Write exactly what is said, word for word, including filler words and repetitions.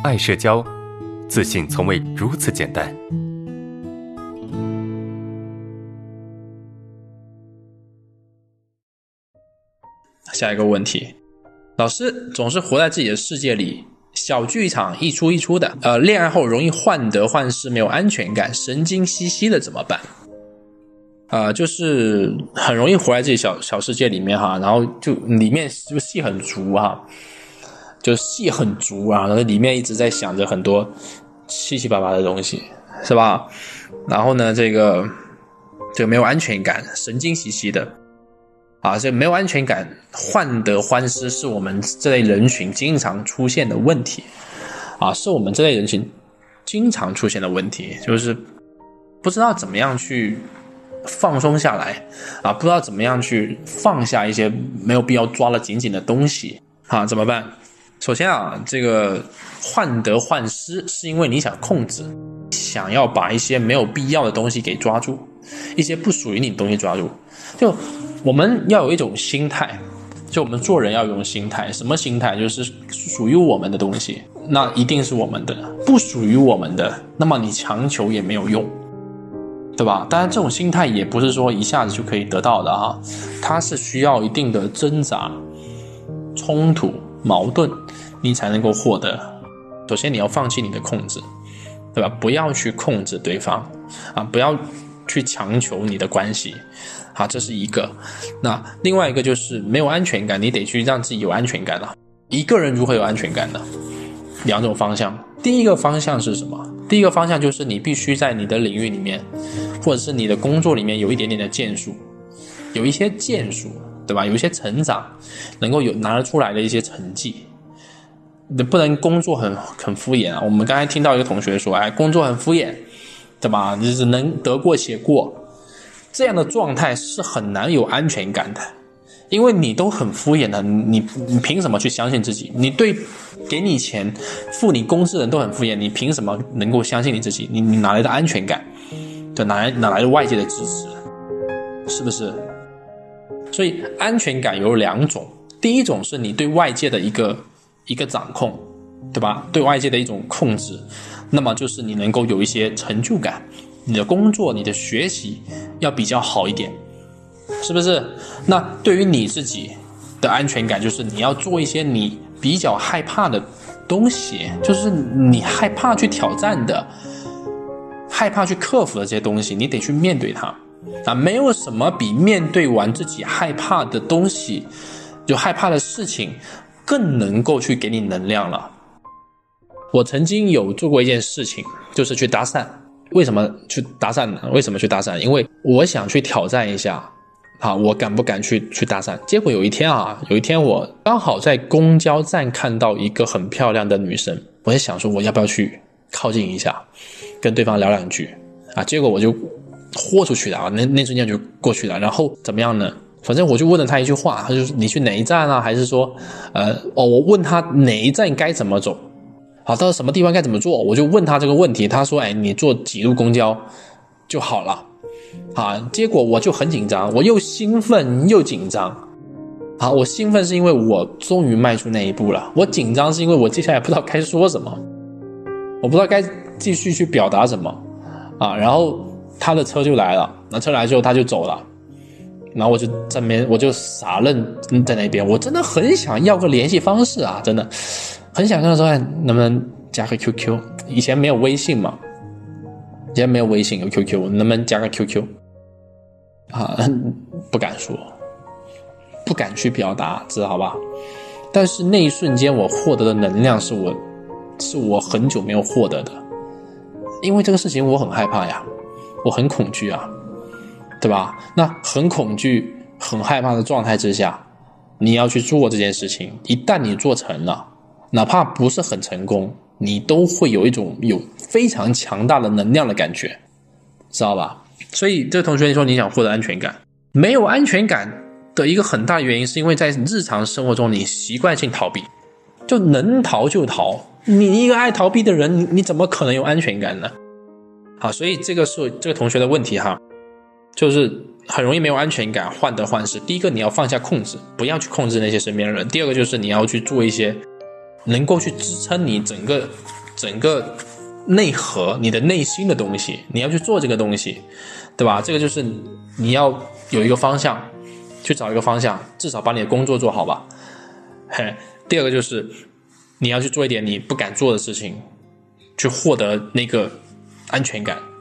爱社交，自信从未如此简单。 下一个问题，老师总是活在自己的世界里，小剧场一出一出的，呃，恋爱后容易患得患失，没有安全感，神经兮兮的怎么办？呃，就是很容易活在自己小小世界里面哈，然后就里面就戏很足哈，就戏很足啊，然后里面一直在想着很多七七八八的东西，是吧？然后呢，这个这个没有安全感，神经兮兮的啊，这没有安全感，患得患失是我们这类人群经常出现的问题啊，是我们这类人群经常出现的问题，就是不知道怎么样去放松下来啊，不知道怎么样去放下一些没有必要抓得紧紧的东西啊，怎么办？首先啊，这个患得患失是因为你想控制，想要把一些没有必要的东西给抓住，一些不属于你的东西抓住。就我们要有一种心态，就我们做人要有一种心态，什么心态？就是属于我们的东西，那一定是我们的；不属于我们的，那么你强求也没有用，对吧？当然这种心态也不是说一下子就可以得到的啊，它是需要一定的挣扎、冲突、矛盾，你才能够获得。首先你要放弃你的控制，对吧？不要去控制对方啊，不要去强求你的关系。好，这是一个。那另外一个就是没有安全感，你得去让自己有安全感了。一个人如何有安全感呢？两种方向。第一个方向是什么？第一个方向就是你必须在你的领域里面，或者是你的工作里面有一点点的建树，有一些建树，对吧？有一些成长，能够有拿得出来的一些成绩。你不能工作很很敷衍啊。我们刚才听到一个同学说，哎，工作很敷衍，对吧？就是能得过且过。这样的状态是很难有安全感的，因为你都很敷衍的，你你凭什么去相信自己？你对给你钱、付你工资的人都很敷衍，你凭什么能够相信你自己？你你哪来的安全感？就哪来哪来的外界的支持？是不是？所以安全感有两种，第一种是你对外界的一个一个掌控，对吧？对外界的一种控制，那么就是你能够有一些成就感。你的工作、你的学习要比较好一点，是不是？那对于你自己的安全感，就是你要做一些你比较害怕的东西，就是你害怕去挑战的、害怕去克服的这些东西，你得去面对它啊！没有什么比面对完自己害怕的东西、就害怕的事情，更能够去给你能量了。我曾经有做过一件事情，就是去搭讪。为什么去搭讪呢？为什么去搭讪？因为我想去挑战一下啊，我敢不敢去去搭讪？结果有一天啊，有一天我刚好在公交站看到一个很漂亮的女生，我在想说我要不要去靠近一下，跟对方聊两句啊？结果我就豁出去了啊，那那瞬间就过去了。然后怎么样呢？反正我就问了他一句话，他就说你去哪一站啊？还是说呃哦，我问他哪一站该怎么走？好，到什么地方该怎么做？我就问他这个问题，他说：“哎，你坐几路公交就好了。”啊，结果我就很紧张，我又兴奋又紧张。啊，我兴奋是因为我终于迈出那一步了，我紧张是因为我接下来不知道该说什么，我不知道该继续去表达什么。啊，然后他的车就来了，那车来之后他就走了，然后我就在那边我就傻愣在那边，我真的很想要个联系方式啊，真的。很想跟他说，哎，能不能加个 Q Q？ 以前没有微信嘛，以前没有微信，有 Q Q， 能不能加个 Q Q？ 啊，不敢说，不敢去表达，知道吧？但是那一瞬间我获得的能量是我，是我很久没有获得的，因为这个事情我很害怕呀，我很恐惧啊，对吧？那很恐惧、很害怕的状态之下，你要去做这件事情，一旦你做成了。哪怕不是很成功，你都会有一种有非常强大的能量的感觉，知道吧？所以这个同学你说你想获得安全感，没有安全感的一个很大原因是因为在日常生活中你习惯性逃避，就能逃就逃，你一个爱逃避的人，你你怎么可能有安全感呢？好，所以这个是这个同学的问题哈，就是很容易没有安全感，患得患失。第一个你要放下控制，不要去控制那些身边的人。第二个就是你要去做一些能够去支撑你整个整个内核，你的内心的东西，你要去做这个东西，对吧？这个就是你要有一个方向，去找一个方向，至少把你的工作做好吧。嘿，第二个就是你要去做一点你不敢做的事情，去获得那个安全感。